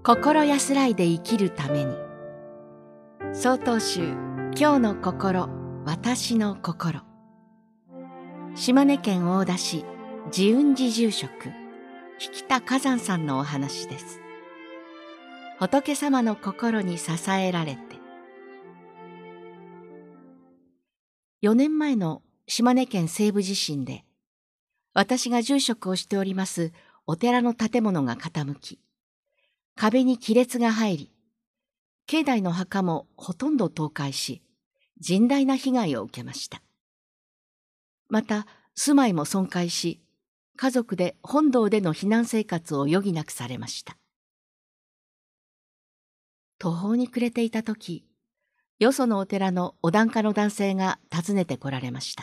心安らいで生きるために。曹洞宗今日の心、私の心。島根県大田市慈雲寺住職引田火山さんのお話です。仏様の心に支えられて。4年前の島根県西部地震で、私が住職をしておりますお寺の建物が傾き、壁に亀裂が入り、境内の墓もほとんど倒壊し、甚大な被害を受けました。また、住まいも損壊し、家族で本堂での避難生活を余儀なくされました。途方に暮れていたとき、よそのお寺のお檀家の男性が訪ねて来られました。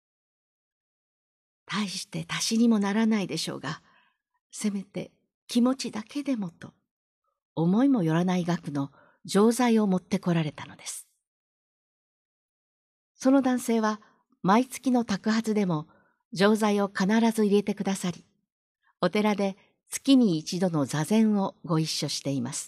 大して足しにもならないでしょうが、せめて気持ちだけでもと、思いもよらない額の錠剤を持って来られたのです。その男性は毎月の托鉢でも錠剤を必ず入れてくださり、お寺で月に一度の座禅をご一緒しています。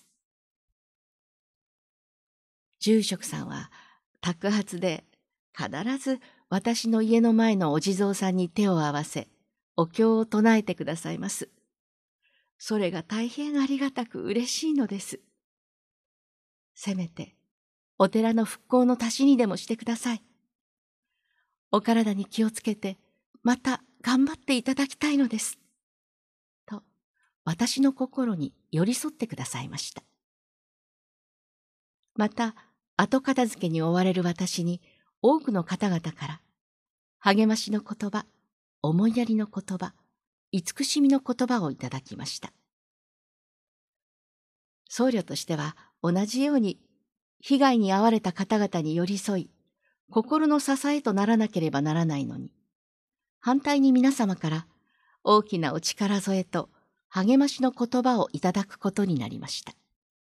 住職さんは托鉢で必ず私の家の前のお地蔵さんに手を合わせ、お経を唱えてくださいます。それが大変ありがたく嬉しいのです。せめてお寺の復興の足しにでもしてください。お体に気をつけて、また頑張っていただきたいのです。と、私の心に寄り添ってくださいました。また、後片付けに追われる私に多くの方々から励ましの言葉、思いやりの言葉、慈しみの言葉をいただきました。僧侶としては同じように被害に遭われた方々に寄り添い、心の支えとならなければならないのに、反対に皆様から大きなお力添えと励ましの言葉をいただくことになりました。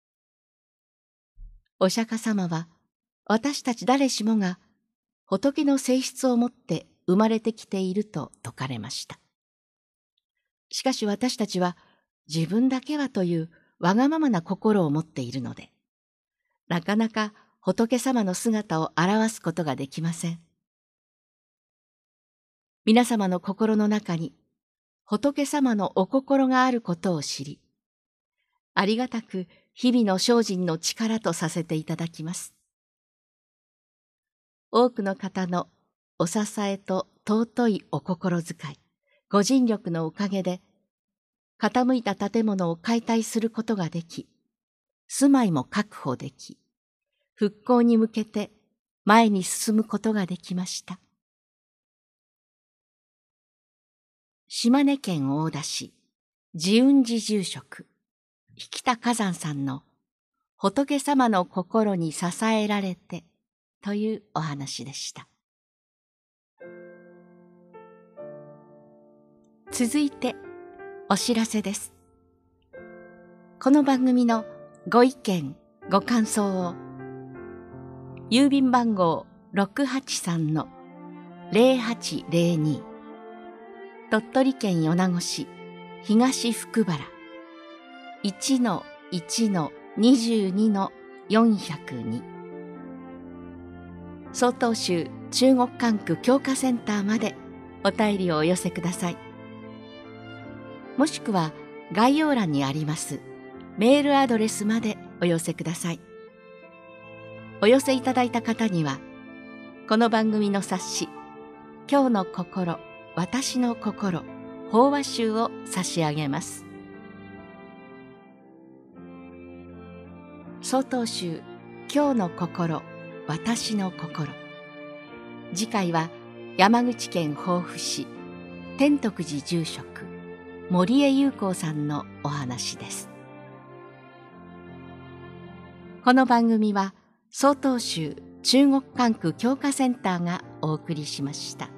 お釈迦様は私たち誰しもが仏の性質をもって生まれてきていると説かれました。しかし私たちは自分だけはというわがままな心を持っているので、なかなか仏様の姿を表すことができません。皆様の心の中に仏様のお心があることを知り、ありがたく日々の精進の力とさせていただきます。多くの方のお支えと尊いお心遣い、ご尽力のおかげで、傾いた建物を解体することができ、住まいも確保でき、復興に向けて前に進むことができました。島根県大田市慈雲寺住職引田火山さんの仏様の心に支えられてというお話でした。続いてお知らせです。この番組のご意見ご感想を郵便番号 683-0802 鳥取県米子市東福原 1-1-22-402 曹洞宗中国管区教化センターまでお便りをお寄せください。もしくは概要欄にありますメールアドレスまでお寄せください。お寄せいただいた方にはこの番組の冊子今日の心、私の心法話集を差し上げます。曹洞宗今日の心、私の心。次回は山口県防府市天徳寺住職森江裕光さんのお話です。この番組は曹洞宗中国管区教化センターがお送りしました。